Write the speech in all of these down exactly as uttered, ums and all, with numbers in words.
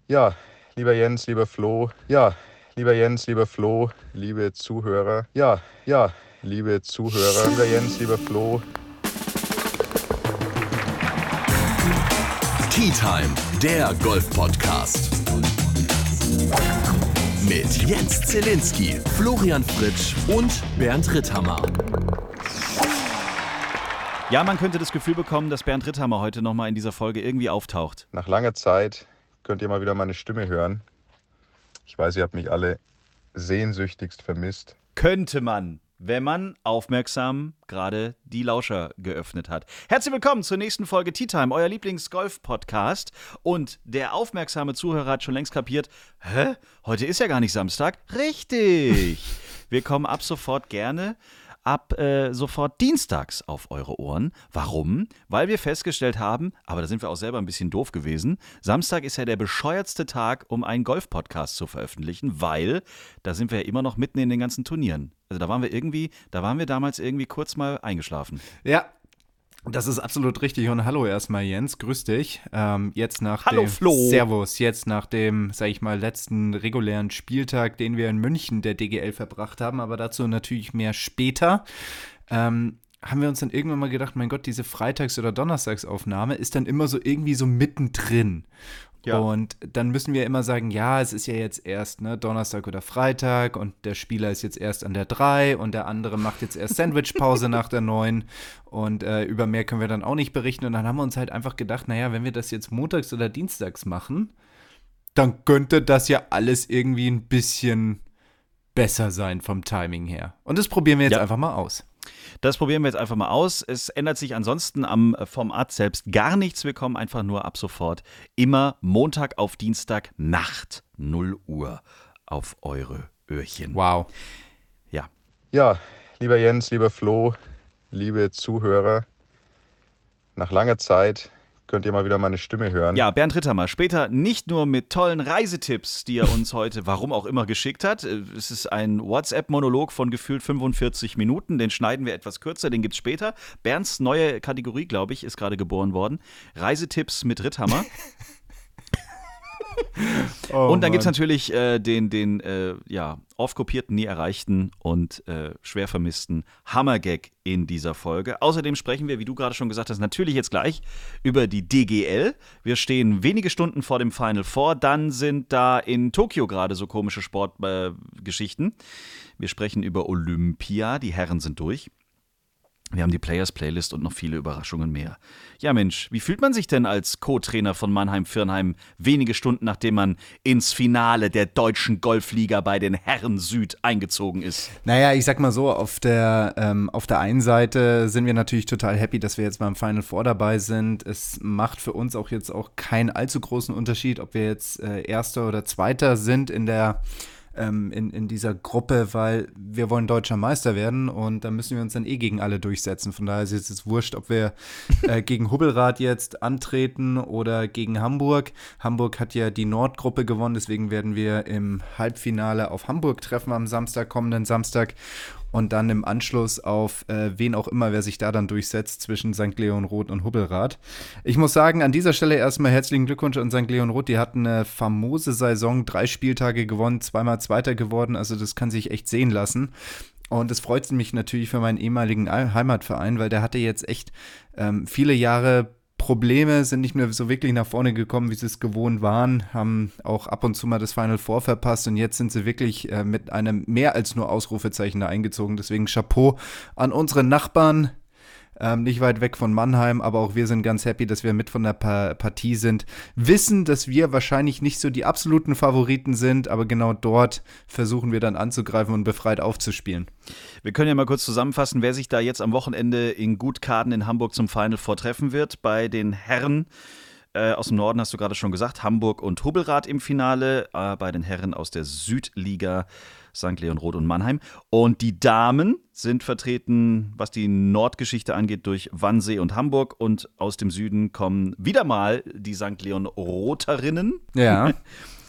Ja, lieber Jens, lieber Flo, ja, lieber Jens, lieber Flo, liebe Zuhörer, ja, ja, liebe Zuhörer, lieber Jens, lieber Flo. Tea Time, der Golf-Podcast. Mit Jens Zielinski, Florian Fritsch und Bernd Ritthammer. Ja, man könnte das Gefühl bekommen, dass Bernd Ritthammer heute nochmal in dieser Folge irgendwie auftaucht. Nach langer Zeit könnt ihr mal wieder meine Stimme hören. Ich weiß, ihr habt mich alle sehnsüchtigst vermisst. Könnte man, wenn man aufmerksam gerade die Lauscher geöffnet hat. Herzlich willkommen zur nächsten Folge Tea Time, euer Lieblings-Golf-Podcast. Und der aufmerksame Zuhörer hat schon längst kapiert, hä? Heute ist ja gar nicht Samstag. Richtig! Wir kommen ab sofort gerne ab äh, sofort dienstags auf eure Ohren. Warum? Weil wir festgestellt haben, aber da sind wir auch selber ein bisschen doof gewesen, Samstag ist ja der bescheuertste Tag, um einen Golf-Podcast zu veröffentlichen, weil da sind wir ja immer noch mitten in den ganzen Turnieren. Also da waren wir irgendwie, da waren wir damals irgendwie kurz mal eingeschlafen. Ja, das ist absolut richtig. Und hallo erstmal, Jens, grüß dich. Ähm, jetzt nach Hallo, dem Flo. Servus, jetzt nach dem, sag ich mal, letzten regulären Spieltag, den wir in München der D G L verbracht haben, aber dazu natürlich mehr später. Ähm, haben wir uns dann irgendwann mal gedacht, mein Gott, diese Freitags- oder Donnerstagsaufnahme ist dann immer so irgendwie so mittendrin. Ja. Und dann müssen wir immer sagen, ja, es ist ja jetzt erst ne, Donnerstag oder Freitag und der Spieler ist jetzt erst an der drei und der andere macht jetzt erst Sandwichpause nach der neun und äh, über mehr können wir dann auch nicht berichten. Und dann haben wir uns halt einfach gedacht, naja, wenn wir das jetzt montags oder dienstags machen, dann könnte das ja alles irgendwie ein bisschen besser sein vom Timing her. Und das probieren wir jetzt Ja. einfach mal aus. Das probieren wir jetzt einfach mal aus. Es ändert sich ansonsten am Format selbst gar nichts. Wir kommen einfach nur ab sofort immer Montag auf Dienstag Nacht null Uhr auf eure Öhrchen. Wow. Ja. Ja, lieber Jens, lieber Flo, liebe Zuhörer, nach langer Zeit könnt ihr mal wieder meine Stimme hören. Ja, Bernd Ritthammer, später nicht nur mit tollen Reisetipps, die er uns heute, warum auch immer, geschickt hat. Es ist ein WhatsApp-Monolog von gefühlt fünfundvierzig Minuten, den schneiden wir etwas kürzer, den gibt's später. Bernds neue Kategorie, glaube ich, ist gerade geboren worden. Reisetipps mit Ritthammer. Oh, und dann gibt es Mann. natürlich äh, den, den äh, ja, oft kopierten, nie erreichten und äh, schwer vermissten Hammergag in dieser Folge. Außerdem sprechen wir, wie du gerade schon gesagt hast, natürlich jetzt gleich über die D G L. Wir stehen wenige Stunden vor dem Final Four. Dann sind da in Tokio gerade so komische Sportgeschichten. Äh, wir sprechen über Olympia. Die Herren sind durch. Wir haben die Players-Playlist und noch viele Überraschungen mehr. Ja Mensch, wie fühlt man sich denn als Co-Trainer von Mannheim-Firnheim wenige Stunden nachdem man ins Finale der deutschen Golfliga bei den Herren Süd eingezogen ist? Naja, ich sag mal so, auf der, ähm, auf der einen Seite sind wir natürlich total happy, dass wir jetzt beim Final Four dabei sind. Es macht für uns auch jetzt auch keinen allzu großen Unterschied, ob wir jetzt äh, Erster oder Zweiter sind in der ähm, in, in dieser Gruppe, weil wir wollen deutscher Meister werden und da müssen wir uns dann eh gegen alle durchsetzen. Von daher ist es jetzt wurscht, ob wir äh, gegen Hubbelrath jetzt antreten oder gegen Hamburg. Hamburg hat ja die Nordgruppe gewonnen, deswegen werden wir im Halbfinale auf Hamburg treffen am Samstag, kommenden Samstag. Und dann im Anschluss auf äh, wen auch immer, wer sich da dann durchsetzt zwischen Sankt Leon Roth und Hubbelrath. Ich muss sagen, an dieser Stelle erstmal herzlichen Glückwunsch an Sankt Leon Roth. Die hatten eine famose Saison, drei Spieltage gewonnen, zweimal Zweiter geworden. Also das kann sich echt sehen lassen. Und es freut mich natürlich für meinen ehemaligen Heimatverein, weil der hatte jetzt echt ähm, viele Jahre Probleme, sind nicht mehr so wirklich nach vorne gekommen, wie sie es gewohnt waren, haben auch ab und zu mal das Final Four verpasst und jetzt sind sie wirklich äh, mit einem mehr als nur Ausrufezeichen da eingezogen. Deswegen Chapeau an unsere Nachbarn, ähm, nicht weit weg von Mannheim, aber auch wir sind ganz happy, dass wir mit von der pa- Partie sind. Wissen, dass wir wahrscheinlich nicht so die absoluten Favoriten sind, aber genau dort versuchen wir dann anzugreifen und befreit aufzuspielen. Wir können ja mal kurz zusammenfassen, wer sich da jetzt am Wochenende in Gutkaden in Hamburg zum Final Four treffen wird. Bei den Herren äh, aus dem Norden hast du gerade schon gesagt, Hamburg und Hubbelrath im Finale. Äh, bei den Herren aus der Südliga Sankt Leon Roth und Mannheim. Und die Damen sind vertreten, was die Nordgeschichte angeht, durch Wannsee und Hamburg. Und aus dem Süden kommen wieder mal die Sankt Leon Rotherinnen. Ja.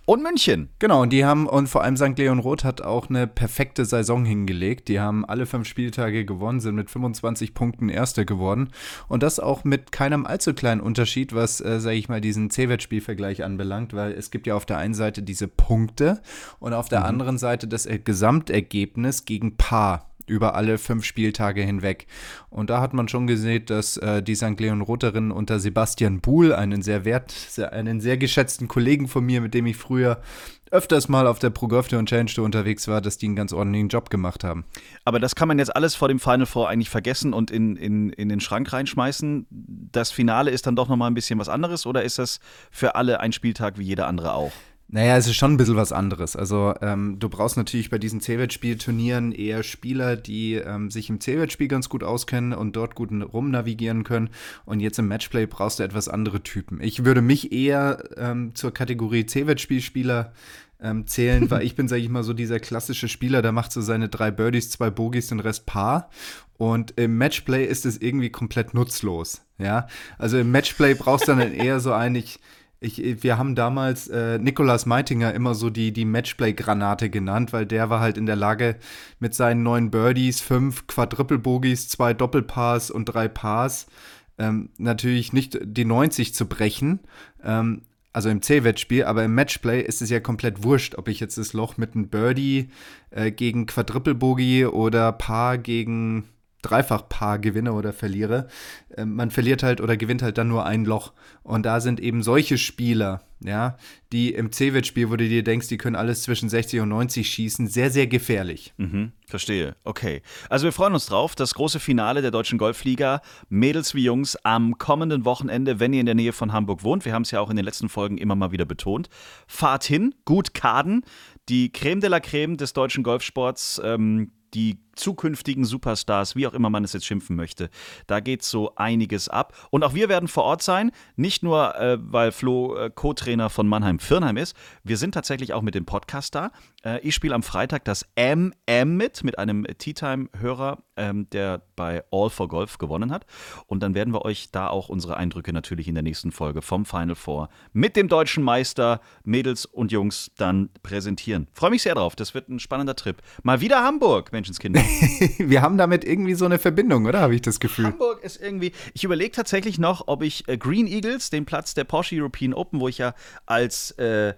Und München. Genau, und die haben, und vor allem Sankt Leon Roth hat auch eine perfekte Saison hingelegt. Die haben alle fünf Spieltage gewonnen, sind mit fünfundzwanzig Punkten Erster geworden. Und das auch mit keinem allzu kleinen Unterschied, was, äh, sage ich mal, diesen C-Wett-Spielvergleich anbelangt, weil es gibt ja auf der einen Seite diese Punkte und auf der mhm. anderen Seite das Gesamtergebnis gegen Paar über alle fünf Spieltage hinweg. Und da hat man schon gesehen, dass äh, die Sankt Leon Rotherinnen unter Sebastian Buhl, einen sehr wert, sehr, einen sehr geschätzten Kollegen von mir, mit dem ich früher öfters mal auf der Pro Golf Tour und Challenge Tour unterwegs war, dass die einen ganz ordentlichen Job gemacht haben. Aber das kann man jetzt alles vor dem Final Four eigentlich vergessen und in, in, in den Schrank reinschmeißen. Das Finale ist dann doch nochmal ein bisschen was anderes oder ist das für alle ein Spieltag wie jeder andere auch? Naja, es ist schon ein bisschen was anderes. Also ähm, du brauchst natürlich bei diesen C-Wett-Spielturnieren eher Spieler, die ähm, sich im C-Wett-Spiel ganz gut auskennen und dort gut rumnavigieren können. Und jetzt im Matchplay brauchst du etwas andere Typen. Ich würde mich eher ähm, zur Kategorie C-Wett-Spielspieler ähm, zählen, weil ich bin, sag ich mal, so dieser klassische Spieler, der macht so seine drei Birdies, zwei Bogies, den Rest Paar. Und im Matchplay ist es irgendwie komplett nutzlos. Ja, also im Matchplay brauchst du dann eher so eigentlich Ich, wir haben damals äh, Nikolaus Meitinger immer so die, die Matchplay-Granate genannt, weil der war halt in der Lage, mit seinen neun Birdies, fünf Quadruple-Bogies, zwei Doppelpars und drei Pars ähm, natürlich nicht die neunzig zu brechen, ähm, also im C-Wettspiel, aber im Matchplay ist es ja komplett wurscht, ob ich jetzt das Loch mit einem Birdie äh, gegen Quadruple-Bogie oder Paar gegen Dreifach-Paar gewinne oder verliere. Äh, man verliert halt oder gewinnt halt dann nur ein Loch. Und da sind eben solche Spieler, ja, die im C-Wett-Spiel, wo du dir denkst, die können alles zwischen sechzig und neunzig schießen, sehr, sehr gefährlich. Mhm, verstehe. Okay. Also wir freuen uns drauf. Das große Finale der Deutschen Golfliga, Mädels wie Jungs, am kommenden Wochenende, wenn ihr in der Nähe von Hamburg wohnt. Wir haben es ja auch in den letzten Folgen immer mal wieder betont. Fahrt hin, gut Kaden, die Creme de la Creme des deutschen Golfsports, ähm, die zukünftigen Superstars, wie auch immer man es jetzt schimpfen möchte. Da geht so einiges ab. Und auch wir werden vor Ort sein, nicht nur, äh, weil Flo äh, Co-Trainer von Mannheim-Firnheim ist, wir sind tatsächlich auch mit dem Podcast da. Äh, ich spiele am Freitag das M M mit, mit einem Tea-Time-Hörer, ähm, der bei All for Golf gewonnen hat. Und dann werden wir euch da auch unsere Eindrücke natürlich in der nächsten Folge vom Final Four mit dem deutschen Meister, Mädels und Jungs, dann präsentieren. Freue mich sehr drauf, das wird ein spannenskinder Trip. Mal wieder Hamburg, Menschenskinder. Wir haben damit irgendwie so eine Verbindung, oder? Habe ich das Gefühl. Hamburg ist irgendwie. Ich überlege tatsächlich noch, ob ich äh, Green Eagles, den Platz der Porsche European Open, wo ich ja als äh, äh,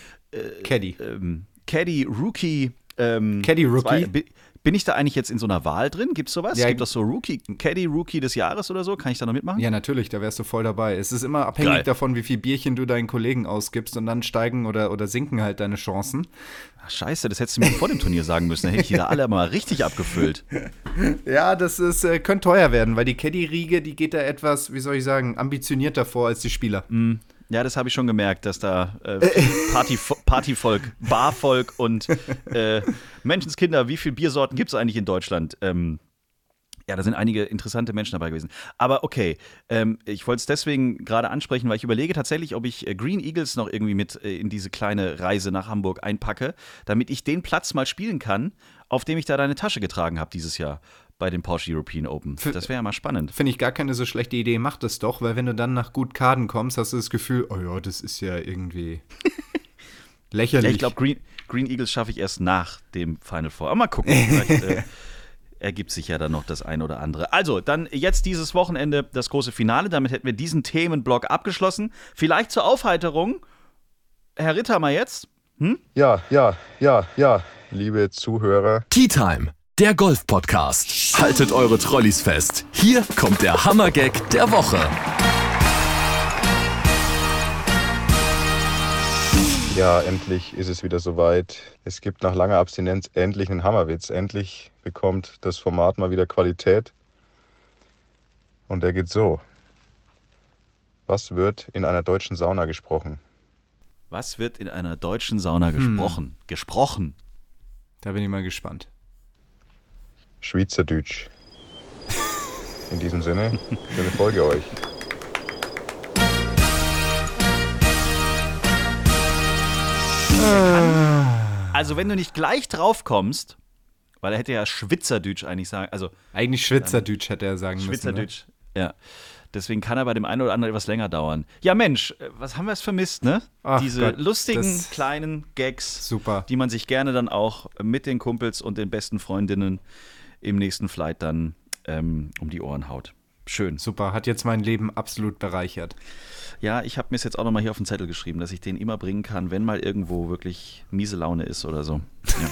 Caddy. Ähm, Caddy Rookie. Ähm, Caddy Rookie. Zwei, bin ich da eigentlich jetzt in so einer Wahl drin? Gibt es sowas? Ja, Gibt es so Rookie, Caddy Rookie des Jahres oder so? Kann ich da noch mitmachen? Ja, natürlich, da wärst du voll dabei. Es ist immer abhängig Geil. davon, wie viel Bierchen du deinen Kollegen ausgibst und dann steigen oder, oder sinken halt deine Chancen. Ach, scheiße, das hättest du mir vor dem Turnier sagen müssen. Dann hätte ich die da alle mal richtig abgefüllt. Ja, das ist, äh, könnte teuer werden, weil die Caddy-Riege, die geht da etwas, wie soll ich sagen, ambitionierter vor als die Spieler. Mm. Ja, das habe ich schon gemerkt, dass da äh, Party, Partyvolk, Barvolk und äh, Menschenskinder, wie viele Biersorten gibt es eigentlich in Deutschland? Ähm, ja, da sind einige interessante Menschen dabei gewesen. Aber okay, ähm, ich wollte es deswegen gerade ansprechen, weil ich überlege tatsächlich, ob ich äh, Green Eagles noch irgendwie mit äh, in diese kleine Reise nach Hamburg einpacke, damit ich den Platz mal spielen kann, auf dem ich da deine Tasche getragen habe dieses Jahr bei den Porsche European Open. Das wäre ja mal spannend. Finde ich gar keine so schlechte Idee. Mach das doch, weil wenn du dann nach gut Kaden kommst, hast du das Gefühl, oh ja, das ist ja irgendwie lächerlich. Ja, ich glaube, Green, Green Eagles schaffe ich erst nach dem Final Four. Aber mal gucken, vielleicht äh, ergibt sich ja dann noch das ein oder andere. Also, dann jetzt dieses Wochenende das große Finale. Damit hätten wir diesen Themenblock abgeschlossen. Vielleicht zur Aufheiterung. Herr Ritter mal jetzt. Hm? Ja, ja, ja, ja, liebe Zuhörer. Tea Time, der Golf-Podcast. Haltet eure Trolleys fest. Hier kommt der Hammergag der Woche. Ja, endlich ist es wieder soweit. Es gibt nach langer Abstinenz endlich einen Hammerwitz. Endlich bekommt das Format mal wieder Qualität. Und der geht so. Was wird in einer deutschen Sauna gesprochen? Was wird in einer deutschen Sauna gesprochen? Hm. Gesprochen? Da bin ich mal gespannt. Schweizerdeutsch. In diesem Sinne, schöne Folge euch. Also wenn du nicht gleich drauf kommst, weil er hätte ja Schwitzerdeutsch eigentlich sagen, also eigentlich Schwitzerdeutsch hätte er sagen müssen. Schwitzerdeutsch, ne? Ja. Deswegen kann er bei dem einen oder anderen etwas länger dauern. Ja, Mensch, was haben wir es vermisst, ne? Ach Diese Gott, lustigen das- kleinen Gags, Super. die man sich gerne dann auch mit den Kumpels und den besten Freundinnen im nächsten Flight dann ähm, um die Ohren haut. Schön. Super, hat jetzt mein Leben absolut bereichert. Ja, ich habe mir es jetzt auch nochmal hier auf den Zettel geschrieben, dass ich den immer bringen kann, wenn mal irgendwo wirklich miese Laune ist oder so. Ja.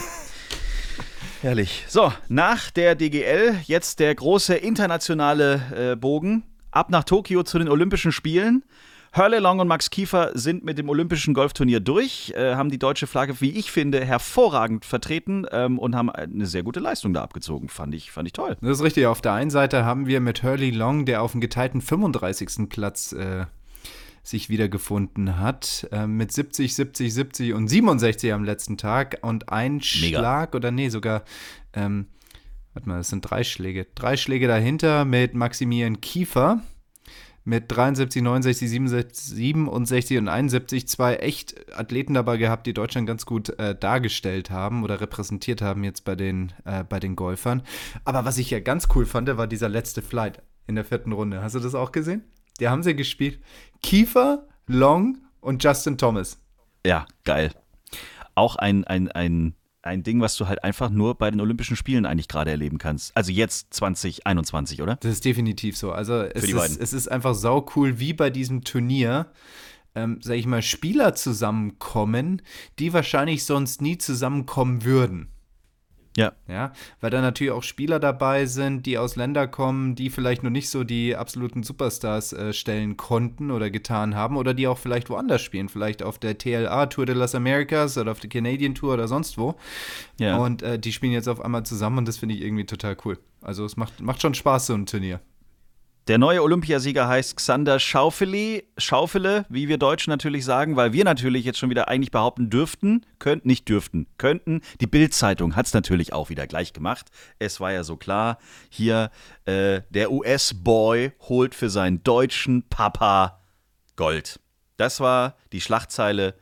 Herrlich. So, nach der D G L jetzt der große internationale äh, Bogen. Ab nach Tokio zu den Olympischen Spielen. Hurley Long und Max Kiefer sind mit dem Olympischen Golfturnier durch, äh, haben die deutsche Flagge, wie ich finde, hervorragend vertreten ähm, und haben eine sehr gute Leistung da abgezogen. Fand ich, fand ich toll. Das ist richtig. Auf der einen Seite haben wir mit Hurley Long, der auf dem geteilten fünfunddreißigsten Platz äh, sich wiedergefunden hat, äh, mit siebzig, siebzig, siebzig und siebenundsechzig am letzten Tag und ein Mega. Schlag oder nee, sogar, ähm, warte mal, das sind drei Schläge. Drei Schläge dahinter mit Maximilian Kiefer mit dreiundsiebzig, neunundsechzig, siebenundsechzig, siebenundsechzig und einundsiebzig zwei echt Athleten dabei gehabt, die Deutschland ganz gut äh, dargestellt haben oder repräsentiert haben jetzt bei den, äh, bei den Golfern. Aber was ich ja ganz cool fand, war dieser letzte Flight in der vierten Runde. Hast du das auch gesehen? Die haben sie gespielt. Kiefer, Long und Justin Thomas. Ja, geil. Auch ein, ein, ein, ein Ding, was du halt einfach nur bei den Olympischen Spielen eigentlich gerade erleben kannst. Also jetzt zwanzig einundzwanzig, oder? Das ist definitiv so. Also es, die ist, beiden. es ist einfach sau cool, wie bei diesem Turnier, ähm, sag ich mal, Spieler zusammenkommen, die wahrscheinlich sonst nie zusammenkommen würden. Ja. Ja, weil da natürlich auch Spieler dabei sind, die aus Ländern kommen, die vielleicht noch nicht so die absoluten Superstars äh, stellen konnten oder getan haben oder die auch vielleicht woanders spielen, vielleicht auf der T L A Tour de las Americas oder auf der Canadian Tour oder sonst wo. Ja. Und äh, die spielen jetzt auf einmal zusammen und das finde ich irgendwie total cool. Also es macht, macht schon Spaß, so ein Turnier. Der neue Olympiasieger heißt Xander Schaufele, Schaufele, wie wir Deutschen natürlich sagen, weil wir natürlich jetzt schon wieder eigentlich behaupten dürften, könnten, nicht dürften, könnten. Die Bild-Zeitung hat es natürlich auch wieder gleich gemacht. Es war ja so klar, hier äh, der U S-Boy holt für seinen deutschen Papa Gold. Das war die Schlagzeile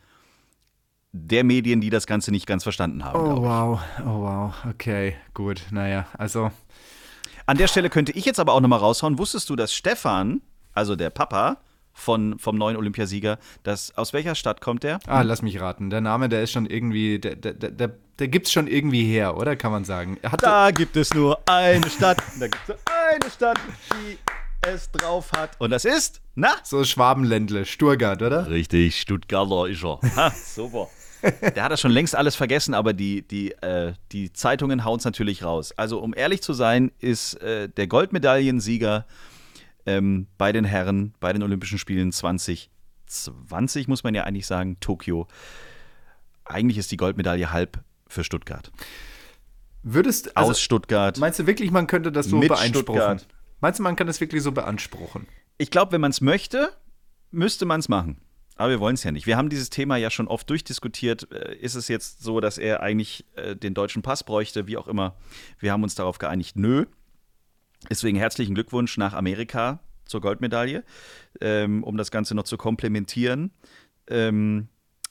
der Medien, die das Ganze nicht ganz verstanden haben. Oh glaub ich. wow, oh wow, okay, gut, naja, also An der Stelle könnte ich jetzt aber auch nochmal raushauen. Wusstest du, dass Stefan, also der Papa von, vom neuen Olympiasieger, dass, aus welcher Stadt kommt der? Ah, lass mich raten. Der Name, der ist schon irgendwie, der, der, der, der, der gibt's schon irgendwie her, oder? Kann man sagen. Er hat Da gibt es nur eine Stadt. Da gibt es nur eine Stadt, die es drauf hat. Und das ist, na? so Schwabenländle, Stuttgart, oder? Richtig, Stuttgarter ist er. Ha, super. Der hat das schon längst alles vergessen, aber die, die, äh, die Zeitungen hauen es natürlich raus. Also um ehrlich zu sein, ist äh, der Goldmedaillensieger ähm, bei den Herren, bei den Olympischen Spielen zwanzig zwanzig, muss man ja eigentlich sagen, Tokio. Eigentlich ist die Goldmedaille halb für Stuttgart. Würdest, also, Aus Stuttgart. meinst du wirklich, man könnte das so Mit beanspruchen? Stuttgart. Meinst du, man kann das wirklich so beanspruchen? Ich glaube, wenn man es möchte, müsste man es machen. Aber wir wollen es ja nicht. Wir haben dieses Thema ja schon oft durchdiskutiert. Äh, Ist es jetzt so, dass er eigentlich äh, den deutschen Pass bräuchte, wie auch immer? Wir haben uns darauf geeinigt, nö. Deswegen herzlichen Glückwunsch nach Amerika zur Goldmedaille, ähm, um das Ganze noch zu komplementieren. Ähm,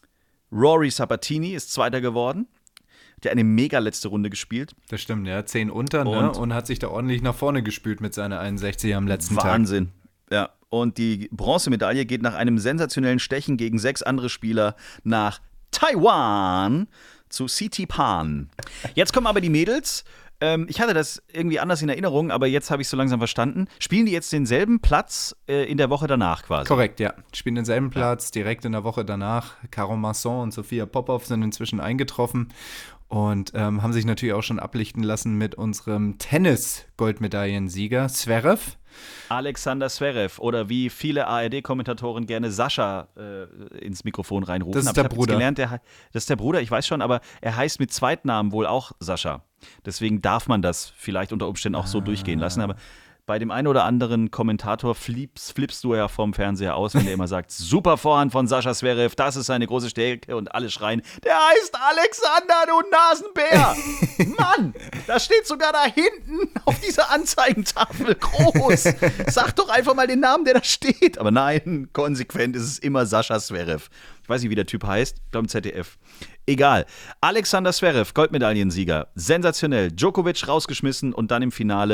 Rory Sabatini ist Zweiter geworden. Hat ja eine mega letzte Runde gespielt. Das stimmt, ja. Zehn unter, ne? Und- Und hat sich da ordentlich nach vorne gespült mit seiner einundsechzig am letzten Wahnsinn. Ja, und die Bronzemedaille geht nach einem sensationellen Stechen gegen sechs andere Spieler nach Taiwan zu Siti Pan. Jetzt kommen aber die Mädels. Ähm, ich hatte das irgendwie anders in Erinnerung, aber jetzt habe ich es so langsam verstanden. Spielen die jetzt denselben Platz äh, in der Woche danach quasi? Tag. Korrekt, ja. Spielen denselben Platz, direkt in der Woche danach. Caro Masson und Sophia Popov sind inzwischen eingetroffen und ähm, haben sich natürlich auch schon ablichten lassen mit unserem Tennis-Goldmedaillensieger Zverev. Alexander Zverev oder wie viele A R D-Kommentatoren gerne Sascha äh, ins Mikrofon reinrufen. Das ist Aber der ich hab jetzt Bruder. Gelernt, der, he- das ist der Bruder, ich weiß schon, aber er heißt mit Zweitnamen wohl auch Sascha. Deswegen darf man das vielleicht unter Umständen auch so durchgehen lassen. Aber bei dem einen oder anderen Kommentator flippst, flippst du ja vom Fernseher aus, wenn der immer sagt, super Vorhand von Sascha Zverev, das ist seine große Stärke und alle schreien, der heißt Alexander, du Nasenbär. Mann, das steht sogar da hinten auf dieser Anzeigentafel groß. Sag doch einfach mal den Namen, der da steht. Aber nein, konsequent ist es immer Sascha Zverev. Ich weiß nicht, wie der Typ heißt, ich glaube im Z D F. Egal. Alexander Zverev, Goldmedaillensieger, sensationell. Djokovic rausgeschmissen und dann im Finale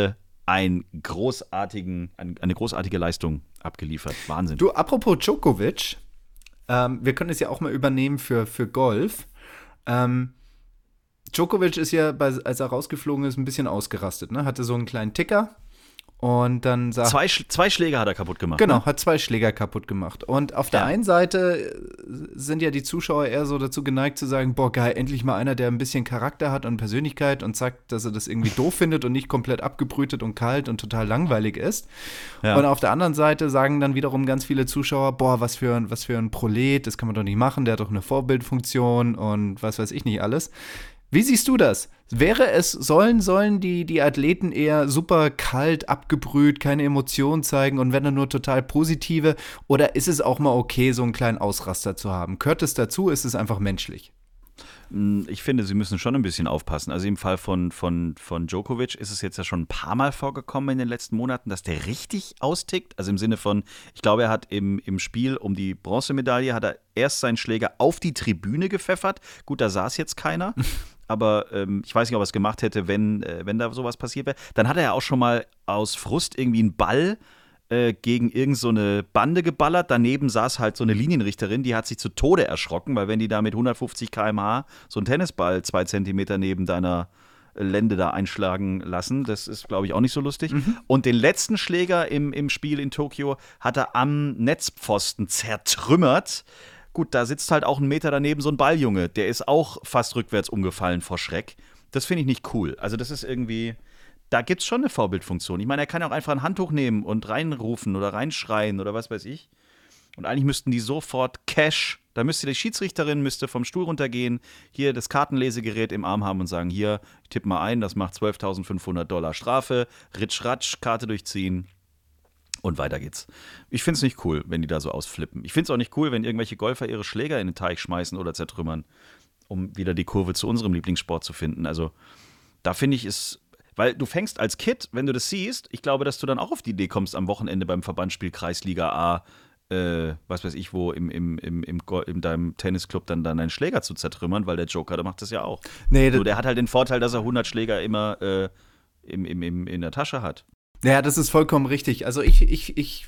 einen großartigen, eine großartige Leistung abgeliefert. Wahnsinn. Du, apropos Djokovic, ähm, wir können es ja auch mal übernehmen für, für Golf. Ähm, Djokovic ist ja, bei, als er rausgeflogen ist, ein bisschen ausgerastet, ne? Hatte so einen kleinen Ticker und dann sagt Zwei, zwei Schläger hat er kaputt gemacht. Genau, ne? hat zwei Schläger kaputt gemacht. Und auf der Ja. einen Seite sind ja die Zuschauer eher so dazu geneigt zu sagen, boah, geil, endlich mal einer, der ein bisschen Charakter hat und Persönlichkeit und sagt, dass er das irgendwie doof findet und nicht komplett abgebrütet und kalt und total langweilig ist. Ja. Und auf der anderen Seite sagen dann wiederum ganz viele Zuschauer, boah, was für ein, was für ein Prolet, das kann man doch nicht machen, der hat doch eine Vorbildfunktion und was weiß ich nicht alles. Wie siehst du das? Wäre es, sollen, sollen die, die Athleten eher super kalt, abgebrüht, keine Emotionen zeigen und wenn dann nur total positive? Oder ist es auch mal okay, so einen kleinen Ausraster zu haben? Gehört es dazu? Ist es einfach menschlich? Ich finde, sie müssen schon ein bisschen aufpassen. Also im Fall von, von, von Djokovic ist es jetzt ja schon ein paar Mal vorgekommen in den letzten Monaten, dass der richtig austickt. Also im Sinne von, ich glaube, er hat im, im Spiel um die Bronzemedaille, hat er erst seinen Schläger auf die Tribüne gepfeffert. Gut, da saß jetzt keiner. Aber ähm, ich weiß nicht, ob er es gemacht hätte, wenn, äh, wenn da sowas passiert wäre. Dann hat er ja auch schon mal aus Frust irgendwie einen Ball äh, gegen irgend so eine Bande geballert. Daneben saß halt so eine Linienrichterin, die hat sich zu Tode erschrocken, weil wenn die da mit hundertfünfzig Kilometer pro Stunde so einen Tennisball zwei Zentimeter neben deiner Lende da einschlagen lassen, das ist, glaube ich, auch nicht so lustig. Mhm. Und den letzten Schläger im, im Spiel in Tokio hat er am Netzpfosten zertrümmert. Gut, da sitzt halt auch einen Meter daneben so ein Balljunge. Der ist auch fast rückwärts umgefallen vor Schreck. Das finde ich nicht cool. Also das ist irgendwie, da gibt es schon eine Vorbildfunktion. Ich meine, er kann ja auch einfach ein Handtuch nehmen und reinrufen oder reinschreien oder was weiß ich. Und eigentlich müssten die sofort Cash, da müsste die Schiedsrichterin müsste vom Stuhl runtergehen, hier das Kartenlesegerät im Arm haben und sagen, hier, ich tippe mal ein, das macht zwölftausendfünfhundert Dollar Strafe, Ritsch-Ratsch, Karte durchziehen. Und weiter geht's. Ich finde es nicht cool, wenn die da so ausflippen. Ich finde es auch nicht cool, wenn irgendwelche Golfer ihre Schläger in den Teich schmeißen oder zertrümmern, um wieder die Kurve zu unserem Lieblingssport zu finden. Also da finde ich es, weil du fängst als Kid, wenn du das siehst, ich glaube, dass du dann auch auf die Idee kommst, am Wochenende beim Verbandsspiel Kreisliga A, äh, was weiß ich wo, im, im, im, im, in deinem Tennisclub dann, dann einen Schläger zu zertrümmern, weil der Joker, der macht das ja auch. Nee, so, der hat halt den Vorteil, dass er hundert Schläger immer äh, im, im, im, in der Tasche hat. Ja, das ist vollkommen richtig. Also ich, ich, ich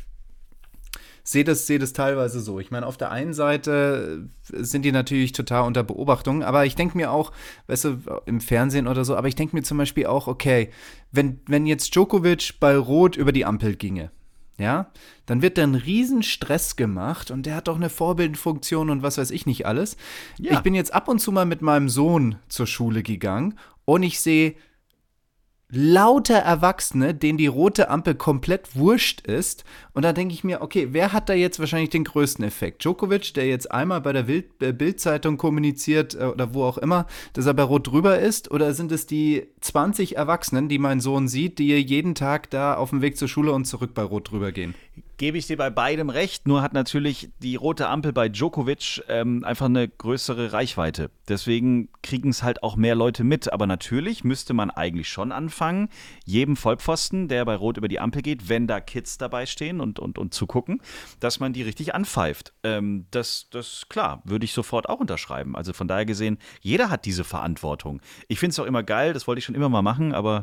sehe das, sehe das teilweise so. Ich meine, auf der einen Seite sind die natürlich total unter Beobachtung, aber ich denke mir auch, weißt du, im Fernsehen oder so, aber ich denke mir zum Beispiel auch, okay, wenn, wenn jetzt Djokovic bei Rot über die Ampel ginge, ja, dann wird da ein riesen Stress gemacht und der hat doch eine Vorbildfunktion und was weiß ich nicht alles. Ja. Ich bin jetzt ab und zu mal mit meinem Sohn zur Schule gegangen und ich sehe lauter Erwachsene, denen die rote Ampel komplett wurscht ist. Und da denke ich mir, okay, wer hat da jetzt wahrscheinlich den größten Effekt? Djokovic, der jetzt einmal bei der Bild-Zeitung kommuniziert äh, oder wo auch immer, dass er bei Rot drüber ist? Oder sind es die zwanzig Erwachsenen, die mein Sohn sieht, die jeden Tag da auf dem Weg zur Schule und zurück bei Rot drüber gehen? Gebe ich dir bei beidem recht, nur hat natürlich die rote Ampel bei Djokovic ähm, einfach eine größere Reichweite. Deswegen kriegen es halt auch mehr Leute mit. Aber natürlich müsste man eigentlich schon anfangen, jedem Vollpfosten, der bei Rot über die Ampel geht, wenn da Kids dabei stehen und, und, und zu gucken, dass man die richtig anpfeift. Ähm, das, das, klar, würde ich sofort auch unterschreiben. Also von daher gesehen, jeder hat diese Verantwortung. Ich finde es auch immer geil, das wollte ich schon immer mal machen, aber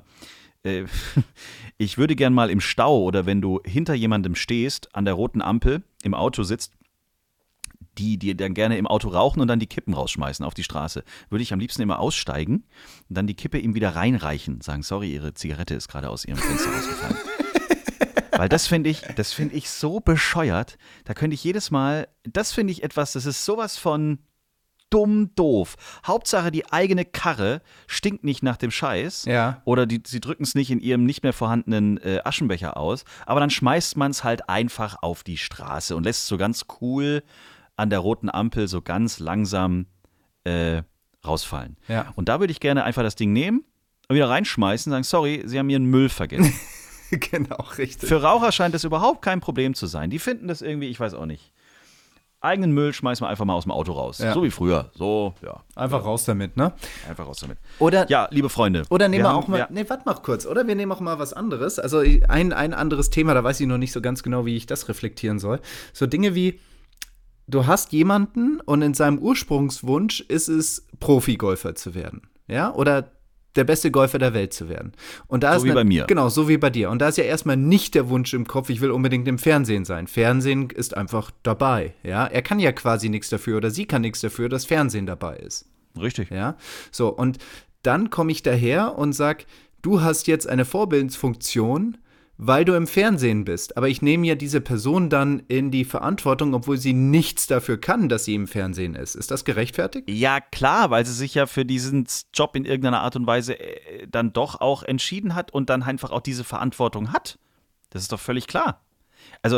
ich würde gern mal im Stau oder wenn du hinter jemandem stehst, an der roten Ampel, im Auto sitzt, die, die dann gerne im Auto rauchen und dann die Kippen rausschmeißen auf die Straße, würde ich am liebsten immer aussteigen und dann die Kippe ihm wieder reinreichen. Sagen, sorry, Ihre Zigarette ist gerade aus Ihrem Fenster rausgefallen. Weil das finde ich, das finde ich so bescheuert. Da könnte ich jedes Mal, das finde ich etwas, das ist sowas von dumm doof. Hauptsache, die eigene Karre stinkt nicht nach dem Scheiß. Ja. Oder die, sie drücken es nicht in ihrem nicht mehr vorhandenen äh, Aschenbecher aus. Aber dann schmeißt man es halt einfach auf die Straße und lässt so ganz cool an der roten Ampel so ganz langsam äh, rausfallen. Ja. Und da würde ich gerne einfach das Ding nehmen und wieder reinschmeißen und sagen, sorry, Sie haben Ihren Müll vergessen. Genau, richtig. Für Raucher scheint das überhaupt kein Problem zu sein. Die finden das irgendwie, ich weiß auch nicht. Eigenen Müll schmeißen wir einfach mal aus dem Auto raus. Ja. So wie früher. So, ja. Einfach ja. raus damit, ne? Einfach raus damit. Oder, ja, liebe Freunde. Oder nehmen wir, wir auch haben, mal, ja. nee, warte mal kurz. Oder wir nehmen auch mal was anderes. Also ein, ein anderes Thema, da weiß ich noch nicht so ganz genau, wie ich das reflektieren soll. So Dinge wie, du hast jemanden und in seinem Ursprungswunsch ist es, Profigolfer zu werden. Ja, oder der beste Golfer der Welt zu werden. Und da So ist wie ne, bei mir. Genau, so wie bei dir. Und da ist ja erstmal nicht der Wunsch im Kopf, ich will unbedingt im Fernsehen sein. Fernsehen ist einfach dabei, ja. Er kann ja quasi nichts dafür oder sie kann nichts dafür, dass Fernsehen dabei ist. Richtig. Ja, so, und dann komme ich daher und sag, du hast jetzt eine Vorbildsfunktion, weil du im Fernsehen bist. Aber ich nehme ja diese Person dann in die Verantwortung, obwohl sie nichts dafür kann, dass sie im Fernsehen ist. Ist das gerechtfertigt? Ja, klar, weil sie sich ja für diesen Job in irgendeiner Art und Weise äh, dann doch auch entschieden hat und dann einfach auch diese Verantwortung hat. Das ist doch völlig klar. Also,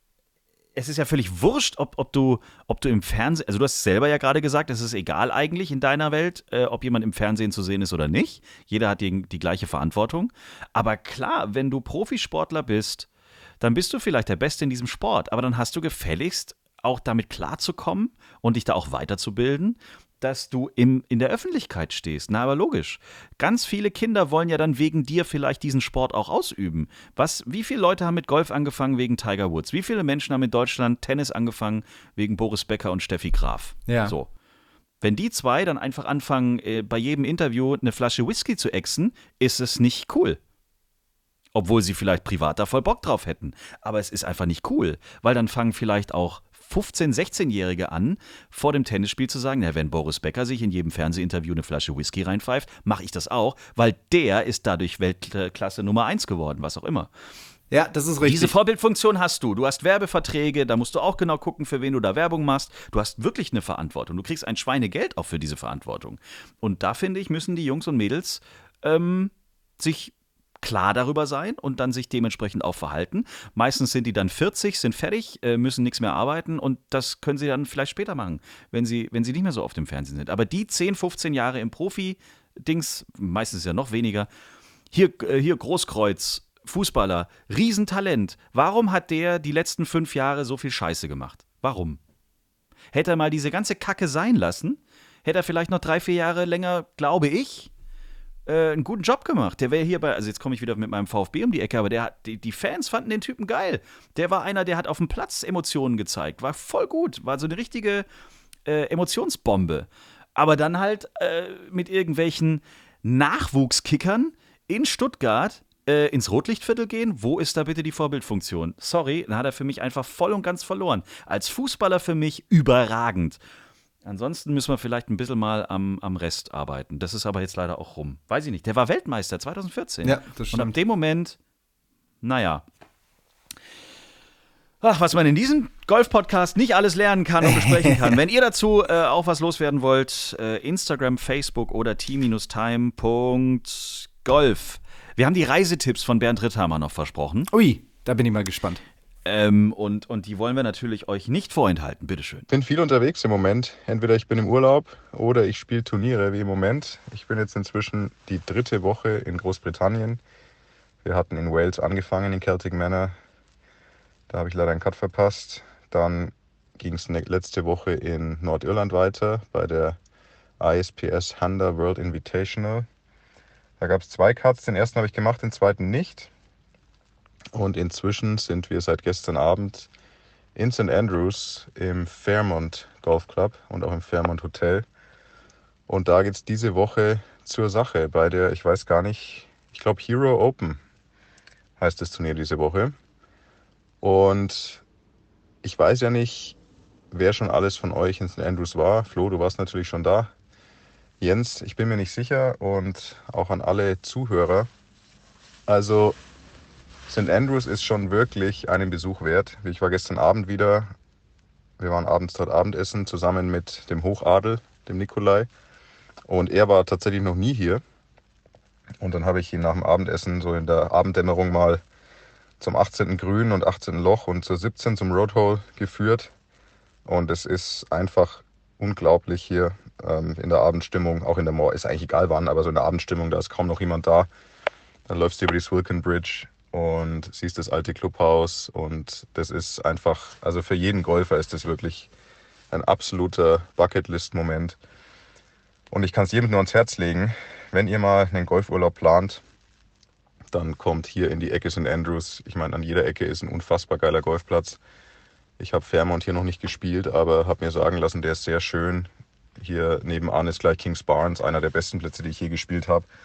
es ist ja völlig wurscht, ob, ob, du, ob du im Fernsehen, also du hast selber ja gerade gesagt, es ist egal eigentlich in deiner Welt, äh, ob jemand im Fernsehen zu sehen ist oder nicht. Jeder hat die, die gleiche Verantwortung. Aber klar, wenn du Profisportler bist, dann bist du vielleicht der Beste in diesem Sport. Aber dann hast du gefälligst auch damit klarzukommen und dich da auch weiterzubilden, dass du im, in der Öffentlichkeit stehst. Na, aber logisch. Ganz viele Kinder wollen ja dann wegen dir vielleicht diesen Sport auch ausüben. Was, wie viele Leute haben mit Golf angefangen wegen Tiger Woods? Wie viele Menschen haben in Deutschland Tennis angefangen wegen Boris Becker und Steffi Graf? Ja. So. Wenn die zwei dann einfach anfangen, äh, bei jedem Interview eine Flasche Whisky zu exen, ist es nicht cool. Obwohl sie vielleicht privat da voll Bock drauf hätten. Aber es ist einfach nicht cool, weil dann fangen vielleicht auch fünfzehn-, sechzehnjährige an, vor dem Tennisspiel zu sagen, na, wenn Boris Becker sich in jedem Fernsehinterview eine Flasche Whisky reinpfeift, mache ich das auch, weil der ist dadurch Weltklasse Nummer eins geworden, was auch immer. Ja, das ist richtig. Diese Vorbildfunktion hast du. Du hast Werbeverträge, da musst du auch genau gucken, für wen du da Werbung machst. Du hast wirklich eine Verantwortung. Du kriegst ein Schweinegeld auch für diese Verantwortung. Und da, finde ich, müssen die Jungs und Mädels ähm, sich klar darüber sein und dann sich dementsprechend auch verhalten. Meistens sind die dann vierzig, sind fertig, äh, müssen nichts mehr arbeiten und das können sie dann vielleicht später machen, wenn sie, wenn sie nicht mehr so oft im Fernsehen sind. Aber die zehn, fünfzehn Jahre im Profi-Dings, meistens ja noch weniger, hier, äh, hier Großkreuz, Fußballer, Riesentalent. Warum hat der die letzten fünf Jahre so viel Scheiße gemacht? Warum? Hätte er mal diese ganze Kacke sein lassen, hätte er vielleicht noch drei, vier Jahre länger, glaube ich, einen guten Job gemacht. Der wäre hier bei, also jetzt komme ich wieder mit meinem VfB um die Ecke, aber der hat, die, die Fans fanden den Typen geil. Der war einer, der hat auf dem Platz Emotionen gezeigt. War voll gut. War so eine richtige äh, Emotionsbombe. Aber dann halt äh, mit irgendwelchen Nachwuchskickern in Stuttgart äh, ins Rotlichtviertel gehen. Wo ist da bitte die Vorbildfunktion? Sorry, dann hat er für mich einfach voll und ganz verloren. Als Fußballer für mich überragend. Ansonsten müssen wir vielleicht ein bisschen mal am, am Rest arbeiten. Das ist aber jetzt leider auch rum. Weiß ich nicht. Der war Weltmeister zwanzig vierzehn. Ja, das stimmt. Und ab dem Moment, naja. Ach, was man in diesem Golf-Podcast nicht alles lernen kann und besprechen kann. Wenn ihr dazu äh, auch was loswerden wollt, äh, Instagram, Facebook oder t-time punkt golf. Wir haben die Reisetipps von Bernd Ritthammer noch versprochen. Ui, da bin ich mal gespannt. Ähm, und, und die wollen wir natürlich euch nicht vorenthalten. Bitteschön. Ich bin viel unterwegs im Moment. Entweder ich bin im Urlaub oder ich spiele Turniere wie im Moment. Ich bin jetzt inzwischen die dritte Woche in Großbritannien. Wir hatten in Wales angefangen, in Celtic Manor. Da habe ich leider einen Cut verpasst. Dann ging es letzte Woche in Nordirland weiter bei der I S P S Honda World Invitational. Da gab es zwei Cuts. Den ersten habe ich gemacht, den zweiten nicht. Und inzwischen sind wir seit gestern Abend in Sankt Andrews im Fairmont Golf Club und auch im Fairmont Hotel. Und da geht es diese Woche zur Sache bei der, ich weiß gar nicht, ich glaube Hero Open heißt das Turnier diese Woche. Und ich weiß ja nicht, wer schon alles von euch in Sankt Andrews war. Flo, du warst natürlich schon da. Jens, ich bin mir nicht sicher und auch an alle Zuhörer. Also Sankt Andrews ist schon wirklich einen Besuch wert. Ich war gestern Abend wieder, wir waren abends dort Abendessen zusammen mit dem Hochadel, dem Nikolai. Und er war tatsächlich noch nie hier. Und dann habe ich ihn nach dem Abendessen so in der Abenddämmerung mal zum achtzehnten Grün und achtzehnten Loch und zur siebzehnten zum Roadhole geführt. Und es ist einfach unglaublich hier ähm, in der Abendstimmung, auch in der Morgen, ist eigentlich egal wann, aber so in der Abendstimmung, da ist kaum noch jemand da. Dann läufst du über die Swilcan Bridge und siehst das alte Clubhaus und das ist einfach, also für jeden Golfer ist das wirklich ein absoluter Bucketlist-Moment. Und ich kann es jedem nur ans Herz legen, wenn ihr mal einen Golfurlaub plant, dann kommt hier in die Ecke Sankt Andrews. Ich meine, an jeder Ecke ist ein unfassbar geiler Golfplatz. Ich habe Fairmont hier noch nicht gespielt, aber habe mir sagen lassen, der ist sehr schön. Hier nebenan ist gleich Kings Barnes, einer der besten Plätze, die ich je gespielt habe.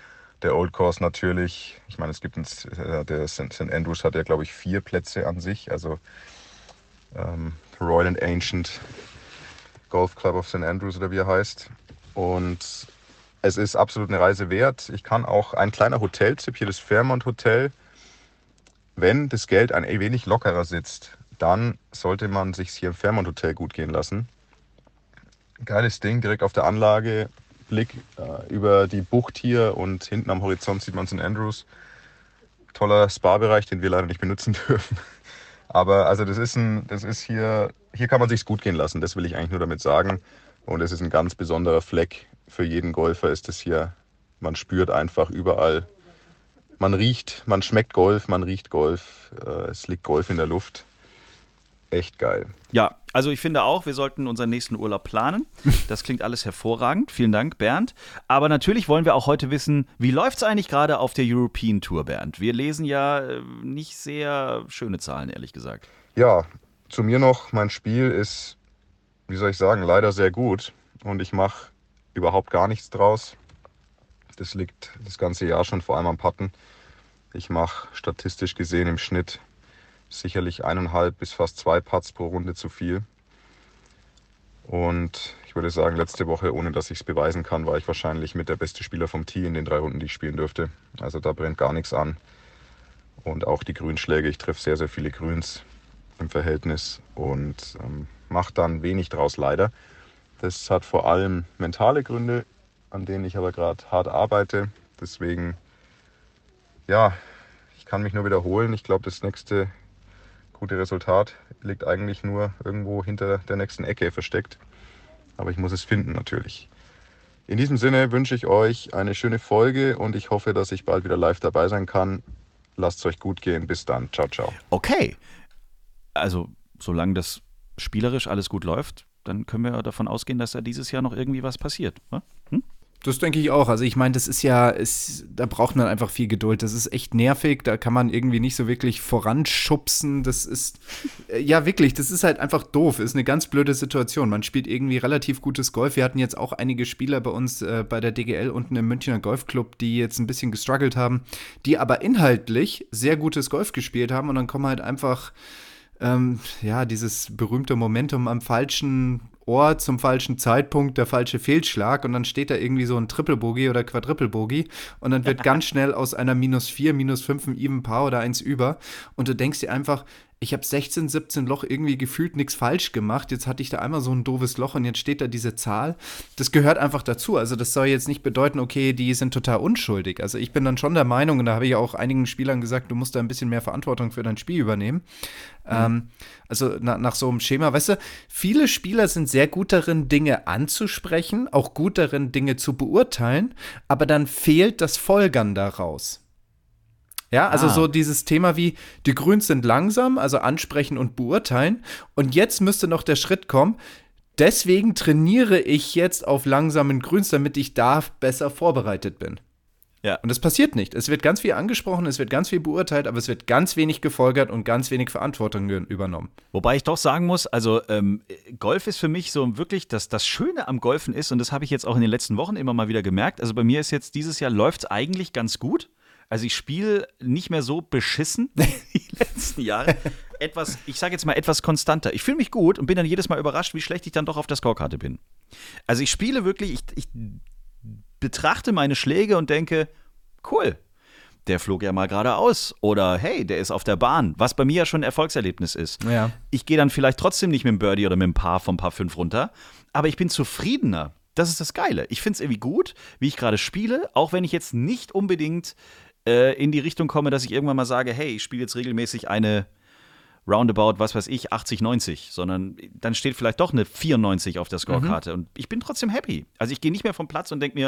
der Old Course natürlich. Ich meine, es gibt ein, der Sankt Andrews hat ja, glaube ich, vier Plätze an sich. Also ähm, Royal and Ancient Golf Club of Sankt Andrews oder wie er heißt. Und es ist absolut eine Reise wert. Ich kann auch ein kleiner Hoteltipp, hier das Fairmont Hotel. Wenn das Geld ein wenig lockerer sitzt, dann sollte man sich hier im Fairmont Hotel gut gehen lassen. Geiles Ding, direkt auf der Anlage, Blick äh, über die Bucht hier und hinten am Horizont sieht man Sankt Andrews. Toller Spa-Bereich, den wir leider nicht benutzen dürfen. Aber also das ist ein, das ist hier, hier kann man sich's gut gehen lassen, das will ich eigentlich nur damit sagen. Und es ist ein ganz besonderer Fleck. Für jeden Golfer ist es hier, man spürt einfach überall, man riecht, man schmeckt Golf, man riecht Golf, äh, es liegt Golf in der Luft. Echt geil. Ja, also ich finde auch, wir sollten unseren nächsten Urlaub planen. Das klingt alles hervorragend. Vielen Dank, Bernd. Aber natürlich wollen wir auch heute wissen, wie läuft es eigentlich gerade auf der European Tour, Bernd? Wir lesen ja äh, nicht sehr schöne Zahlen, ehrlich gesagt. Ja, zu mir noch, mein Spiel ist, wie soll ich sagen, leider sehr gut. Und ich mache überhaupt gar nichts draus. Das liegt das ganze Jahr schon vor allem am Putten. Ich mache statistisch gesehen im Schnitt sicherlich eineinhalb bis fast zwei Putts pro Runde zu viel. Und ich würde sagen, letzte Woche, ohne dass ich es beweisen kann, war ich wahrscheinlich mit der beste Spieler vom Tee in den drei Runden, die ich spielen dürfte. Also da brennt gar nichts an. Und auch die Grünschläge, ich treffe sehr, sehr viele Grüns im Verhältnis und ähm, mache dann wenig draus leider. Das hat vor allem mentale Gründe, an denen ich aber gerade hart arbeite. Deswegen, ja, ich kann mich nur wiederholen. Ich glaube, das nächste gute Resultat liegt eigentlich nur irgendwo hinter der nächsten Ecke versteckt. Aber ich muss es finden natürlich. In diesem Sinne wünsche ich euch eine schöne Folge und ich hoffe, dass ich bald wieder live dabei sein kann. Lasst es euch gut gehen. Bis dann. Ciao, ciao. Okay. Also, solange das spielerisch alles gut läuft, dann können wir davon ausgehen, dass da dieses Jahr noch irgendwie was passiert. Hm? Das denke ich auch. Also ich meine, das ist ja, ist, da braucht man einfach viel Geduld. Das ist echt nervig, da kann man irgendwie nicht so wirklich voranschubsen. Das ist, äh, ja wirklich, das ist halt einfach doof. Ist eine ganz blöde Situation. Man spielt irgendwie relativ gutes Golf. Wir hatten jetzt auch einige Spieler bei uns äh, bei der D G L unten im Münchner Golfclub, die jetzt ein bisschen gestruggelt haben, die aber inhaltlich sehr gutes Golf gespielt haben und dann kommen halt einfach, ähm, ja, dieses berühmte Momentum am falschen Ort zum falschen Zeitpunkt, der falsche Fehlschlag und dann steht da irgendwie so ein Triple Bogey oder Quadruple Bogey und dann wird ganz schnell aus einer minus vier, minus fünf ein Even Par oder eins über und du denkst dir einfach, ich habe sechzehn, siebzehn Loch irgendwie gefühlt nichts falsch gemacht, jetzt hatte ich da einmal so ein doofes Loch und jetzt steht da diese Zahl. Das gehört einfach dazu, also das soll jetzt nicht bedeuten, okay, die sind total unschuldig. Also ich bin dann schon der Meinung, und da habe ich auch einigen Spielern gesagt, du musst da ein bisschen mehr Verantwortung für dein Spiel übernehmen. Mhm. Ähm, also na, nach so einem Schema, weißt du, viele Spieler sind sehr gut darin, Dinge anzusprechen, auch gut darin, Dinge zu beurteilen, aber dann fehlt das Folgern daraus. Ja, also ah. so dieses Thema wie, die Grüns sind langsam, also ansprechen und beurteilen. Und jetzt müsste noch der Schritt kommen, deswegen trainiere ich jetzt auf langsamen Grüns, damit ich da besser vorbereitet bin. Ja. Und das passiert nicht. Es wird ganz viel angesprochen, es wird ganz viel beurteilt, aber es wird ganz wenig gefolgert und ganz wenig Verantwortung übernommen. Wobei ich doch sagen muss, also ähm, Golf ist für mich so wirklich, das, das Schöne am Golfen ist, und das habe ich jetzt auch in den letzten Wochen immer mal wieder gemerkt, also bei mir ist jetzt dieses Jahr, läuft es eigentlich ganz gut. Also ich spiele nicht mehr so beschissen wie die letzten Jahre. Etwas, ich sage jetzt mal etwas konstanter. Ich fühle mich gut und bin dann jedes Mal überrascht, wie schlecht ich dann doch auf der Scorekarte bin. Also ich spiele wirklich, ich, ich betrachte meine Schläge und denke, cool, der flog ja mal geradeaus. Oder hey, der ist auf der Bahn, was bei mir ja schon ein Erfolgserlebnis ist. Ja. Ich gehe dann vielleicht trotzdem nicht mit dem Birdie oder mit dem Par vom Par fünf runter, aber ich bin zufriedener. Das ist das Geile. Ich finde es irgendwie gut, wie ich gerade spiele, auch wenn ich jetzt nicht unbedingt in die Richtung komme, dass ich irgendwann mal sage, hey, ich spiele jetzt regelmäßig eine Roundabout, was weiß ich, achtzig, neunzig, sondern dann steht vielleicht doch eine vierundneunzig auf der Scorekarte mhm. und ich bin trotzdem happy. Also ich gehe nicht mehr vom Platz und denke mir,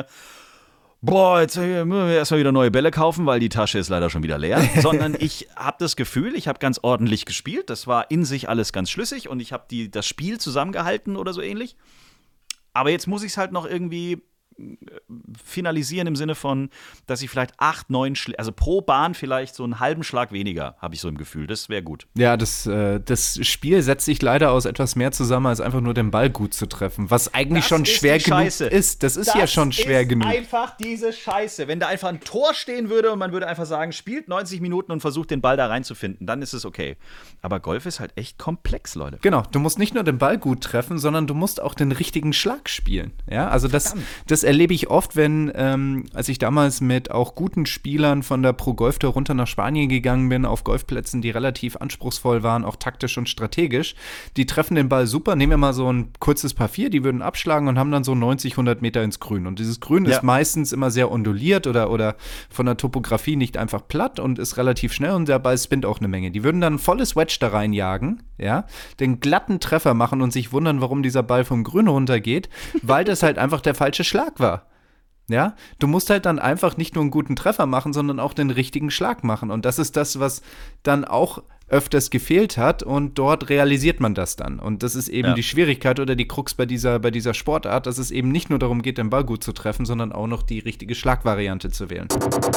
boah, jetzt müssen wir erstmal wieder neue Bälle kaufen, weil die Tasche ist leider schon wieder leer, sondern ich habe das Gefühl, ich habe ganz ordentlich gespielt, das war in sich alles ganz schlüssig und ich habe das Spiel zusammengehalten oder so ähnlich, aber jetzt muss ich es halt noch irgendwie finalisieren im Sinne von, dass ich vielleicht acht, neun, Schl- also pro Bahn vielleicht so einen halben Schlag weniger, habe ich so im Gefühl. Das wäre gut. Ja, das, äh, das Spiel setzt sich leider aus etwas mehr zusammen, als einfach nur den Ball gut zu treffen, was eigentlich Das schon ist schwer die genug Scheiße. ist. Das ist ja schon schwer ist genug. Einfach diese Scheiße. Wenn da einfach ein Tor stehen würde und man würde einfach sagen, spielt neunzig Minuten und versucht den Ball da reinzufinden, dann ist es okay. Aber Golf ist halt echt komplex, Leute. Genau, du musst nicht nur den Ball gut treffen, sondern du musst auch den richtigen Schlag spielen. Ja, also das, das erlebe ich oft, wenn, ähm, als ich damals mit auch guten Spielern von der Pro Golf Tour runter nach Spanien gegangen bin, auf Golfplätzen, die relativ anspruchsvoll waren, auch taktisch und strategisch. Die treffen den Ball super, nehmen wir mal so ein kurzes Paar vier, die würden abschlagen und haben dann so neunzig, hundert Meter ins Grün. Und dieses Grün Ja. ist meistens immer sehr onduliert oder, oder von der Topografie nicht einfach platt und ist relativ schnell und der Ball spinnt auch eine Menge. Die würden dann ein volles Wedge da reinjagen, ja, den glatten Treffer machen und sich wundern, warum dieser Ball vom Grün runtergeht, weil das halt einfach der falsche Schlag war. Ja, du musst halt dann einfach nicht nur einen guten Treffer machen, sondern auch den richtigen Schlag machen. Und das ist das, was dann auch öfters gefehlt hat und dort realisiert man das dann. Und das ist eben Ja. die Schwierigkeit oder die Krux bei dieser, bei dieser Sportart, dass es eben nicht nur darum geht, den Ball gut zu treffen, sondern auch noch die richtige Schlagvariante zu wählen.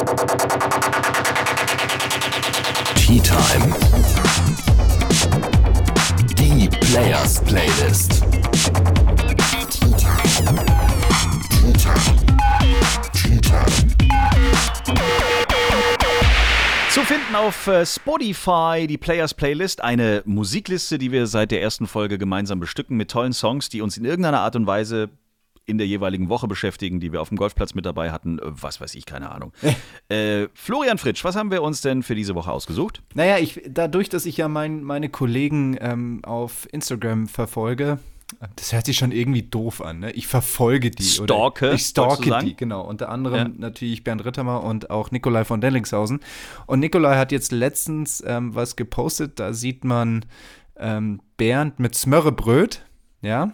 Tea Time. Die Players Playlist. Zu finden auf äh, Spotify, die Players Playlist, eine Musikliste, die wir seit der ersten Folge gemeinsam bestücken mit tollen Songs, die uns in irgendeiner Art und Weise in der jeweiligen Woche beschäftigen, die wir auf dem Golfplatz mit dabei hatten. Äh, Was weiß ich, keine Ahnung. äh, Florian Fritsch, was haben wir uns denn für diese Woche ausgesucht? Naja, ich, dadurch, dass ich ja mein, meine Kollegen ähm, auf Instagram verfolge, das hört sich schon irgendwie doof an, ne? Ich verfolge die. Stalke, oder ich wolltest stalke du sagen? die, genau. Unter anderem Ja. natürlich Bernd Rittermer und auch Nikolai von Dellingshausen. Und Nikolai hat jetzt letztens ähm, was gepostet, da sieht man ähm, Bernd mit Smörrebröt, ja.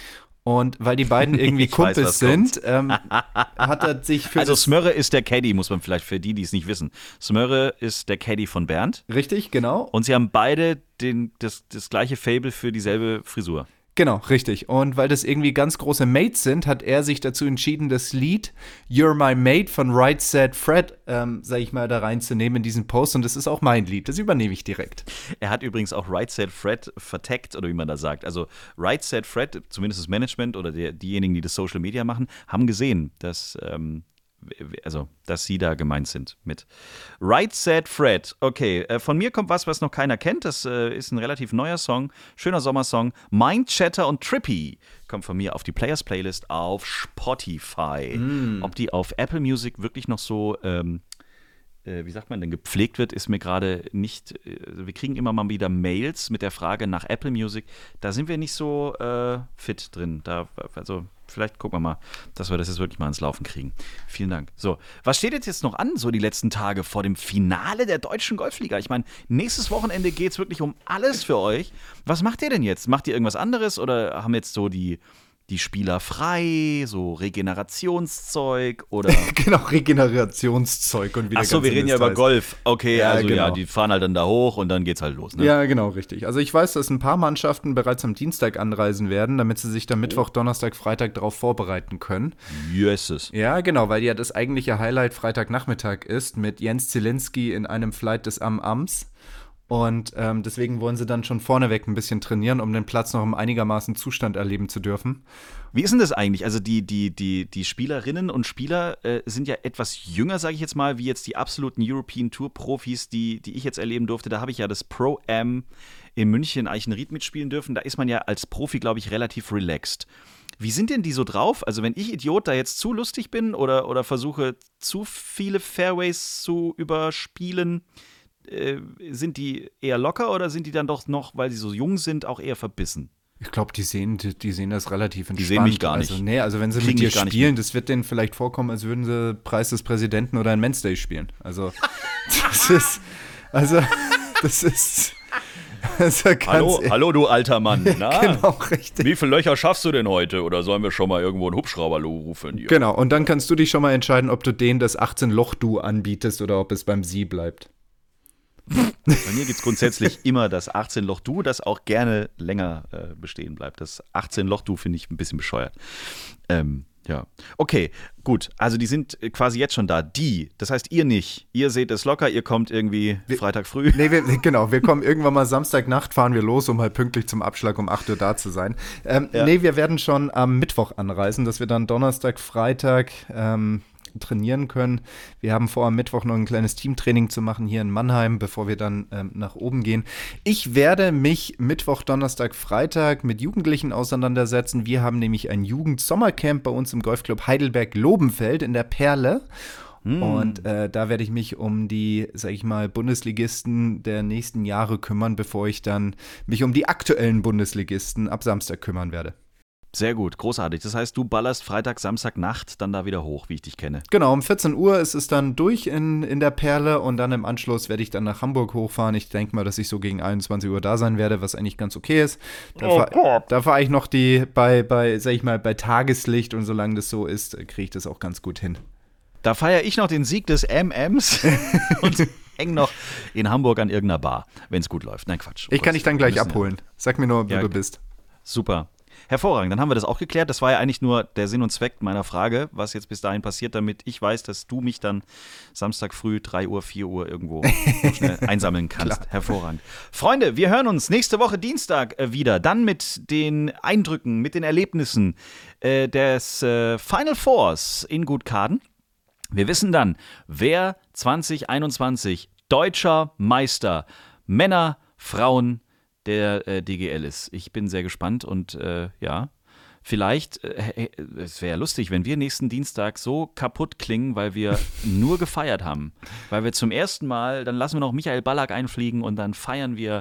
Und weil die beiden irgendwie Ich weiß, Kumpels was kommt. sind, ähm, hat er sich für Also das, Smörre ist der Caddy, muss man vielleicht für die, die es nicht wissen. Smörre ist der Caddy von Bernd richtig, genau. und sie haben beide den, das, das gleiche Faible für dieselbe Frisur. Genau, richtig. Und weil das irgendwie ganz große Mates sind, hat er sich dazu entschieden, das Lied You're My Mate von Right Said Fred, ähm, sag ich mal, da reinzunehmen in diesen Post. Und das ist auch mein Lied. Das übernehme ich direkt. Er hat übrigens auch Right Said Fred verteckt, oder wie man da sagt. Also Right Said Fred, zumindest das Management oder der, diejenigen, die das Social Media machen, haben gesehen, dass, ähm, also, dass sie da gemeint sind mit Right Said Fred. Okay, äh, von mir kommt was, was noch keiner kennt. Das äh, ist ein relativ neuer Song, schöner Sommersong. Mind Chatter und Trippy kommt von mir auf die Players Playlist auf Spotify. Ob die auf Apple Music wirklich noch so ähm, äh, wie sagt man denn, gepflegt wird, ist mir gerade nicht, äh, wir kriegen immer mal wieder Mails mit der Frage nach Apple Music, da sind wir nicht so äh, fit drin, da, also vielleicht gucken wir mal, dass wir das jetzt wirklich mal ins Laufen kriegen. Vielen Dank. So, was steht jetzt, jetzt noch an, so die letzten Tage vor dem Finale der Deutschen Golfliga? Ich meine, nächstes Wochenende geht es wirklich um alles für euch. Was macht ihr denn jetzt? Macht ihr irgendwas anderes oder haben jetzt so die die Spieler frei, so Regenerationszeug oder. Genau, Regenerationszeug und wieder. Achso, wir reden ja über Golf. Okay, Ja, also ja, genau. die fahren halt dann da hoch und dann geht's halt los, ne? Ja, genau, richtig. Also ich weiß, dass ein paar Mannschaften bereits am Dienstag anreisen werden, damit sie sich dann Mittwoch, Donnerstag, Freitag darauf vorbereiten können. Jesses. Ja, genau, weil ja das eigentliche Highlight Freitagnachmittag ist mit Jens Zielinski in einem Flight des Am-Ams. Und ähm, deswegen wollen sie dann schon vorneweg ein bisschen trainieren, um den Platz noch im einigermaßen Zustand erleben zu dürfen. Wie ist denn das eigentlich? Also die, die, die, die Spielerinnen und Spieler äh, sind ja etwas jünger, sage ich jetzt mal, wie jetzt die absoluten European Tour Profis, die, die ich jetzt erleben durfte. Da habe ich ja das Pro-Am in München Eichenried mitspielen dürfen. Da ist man ja als Profi, glaube ich, relativ relaxed. Wie sind denn die so drauf? Also wenn ich Idiot da jetzt zu lustig bin oder, oder versuche zu viele Fairways zu überspielen, äh, sind die eher locker oder sind die dann doch noch, weil sie so jung sind, auch eher verbissen? Ich glaube, die sehen, die, die sehen das relativ entspannt. sehen mich gar nicht. Also, nee, also wenn sie Kriegen mit dir mich gar nicht spielen, das wird denen vielleicht vorkommen, als würden sie Preis des Präsidenten oder ein Men's Day spielen. Also, das ist, also, das ist, also ganz Hallo, ehrlich. hallo, du alter Mann. Na? Genau, richtig. Wie viele Löcher schaffst du denn heute? Oder sollen wir schon mal irgendwo einen Hubschrauber rufen? Ja. Genau, und dann kannst du dich schon mal entscheiden, ob du denen das achtzehn-Loch-Du anbietest oder ob es beim Sie bleibt. Bei mir gibt es grundsätzlich immer das achtzehn-Loch-Du, das auch gerne länger äh, bestehen bleibt. Das achtzehn-Loch-Du finde ich ein bisschen bescheuert. Ähm, Ja, okay, gut. Also die sind quasi jetzt schon da. Die, das heißt ihr nicht. Ihr seht es locker, ihr kommt irgendwie wir, Freitag früh. Nee, wir, genau, wir kommen irgendwann mal Samstagnacht, fahren wir los, um halt pünktlich zum Abschlag um acht Uhr da zu sein. Ähm, ja. Nee, wir werden schon am Mittwoch anreisen, dass wir dann Donnerstag, Freitag ähm, trainieren können. Wir haben vor, am Mittwoch noch ein kleines Teamtraining zu machen hier in Mannheim, bevor wir dann ähm, nach oben gehen. Ich werde mich Mittwoch, Donnerstag, Freitag mit Jugendlichen auseinandersetzen. Wir haben nämlich ein Jugend-Sommercamp bei uns im Golfclub Heidelberg-Lobenfeld in der Perle. Mm. Und äh, da werde ich mich um die, sag ich mal, Bundesligisten der nächsten Jahre kümmern, bevor ich dann mich um die aktuellen Bundesligisten ab Samstag kümmern werde. Sehr gut, großartig. Das heißt, du ballerst Freitag, Samstag, Nacht dann da wieder hoch, wie ich dich kenne. Genau, um vierzehn Uhr ist es dann durch in, in der Perle und dann im Anschluss werde ich dann nach Hamburg hochfahren. Ich denke mal, dass ich so gegen einundzwanzig Uhr da sein werde, was eigentlich ganz okay ist. Da oh fahre fahr ich noch die, bei, bei, sag ich mal, bei Tageslicht und solange das so ist, kriege ich das auch ganz gut hin. Da feiere ich noch den Sieg des M Ms und häng noch in Hamburg an irgendeiner Bar, wenn es gut läuft. Nein, Quatsch. Ich kann dich dann gleich abholen. Sag mir nur, wo ja, du bist. Super. Hervorragend, dann haben wir das auch geklärt. Das war ja eigentlich nur der Sinn und Zweck meiner Frage, was jetzt bis dahin passiert, damit ich weiß, dass du mich dann Samstag früh drei Uhr, vier Uhr irgendwo schnell einsammeln kannst. Klar. Hervorragend. Freunde, wir hören uns nächste Woche Dienstag wieder. Dann mit den Eindrücken, mit den Erlebnissen äh, des äh, Final Fours in Gutkaden. Wir wissen dann, wer zwanzig einundzwanzig deutscher Meister Männer, Frauen, der äh, D G L ist. Ich bin sehr gespannt und äh, ja, vielleicht, äh, es wäre ja lustig, wenn wir nächsten Dienstag so kaputt klingen, weil wir nur gefeiert haben. Weil wir zum ersten Mal, dann lassen wir noch Michael Ballack einfliegen und dann feiern wir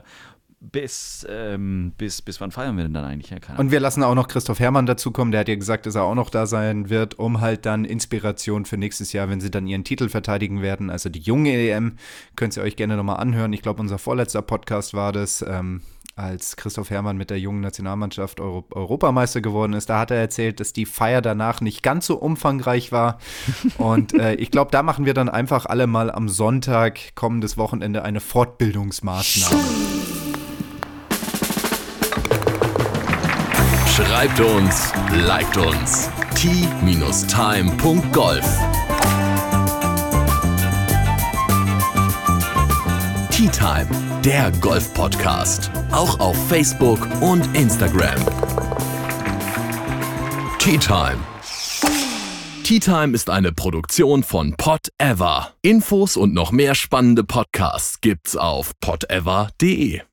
bis, ähm, bis, bis wann feiern wir denn dann eigentlich? Ja, keine Ahnung. Und wir lassen auch noch Christoph Herrmann dazukommen, der hat ja gesagt, dass er auch noch da sein wird, um halt dann Inspiration für nächstes Jahr, wenn sie dann ihren Titel verteidigen werden, also die junge E M, könnt ihr euch gerne nochmal anhören. Ich glaube, unser vorletzter Podcast war das, ähm, als Christoph Herrmann mit der jungen Nationalmannschaft Euro- Europameister geworden ist. Da hat er erzählt, dass die Feier danach nicht ganz so umfangreich war. Und äh, ich glaube, da machen wir dann einfach alle mal am Sonntag, kommendes Wochenende, eine Fortbildungsmaßnahme. Schreibt uns, liked uns. t time punkt golf Tea Time, der Golf-Podcast. Auch auf Facebook und Instagram. Tea Time. Tea Time ist eine Produktion von Pod Ever. Infos und noch mehr spannende Podcasts gibt's auf pod ever punkt de.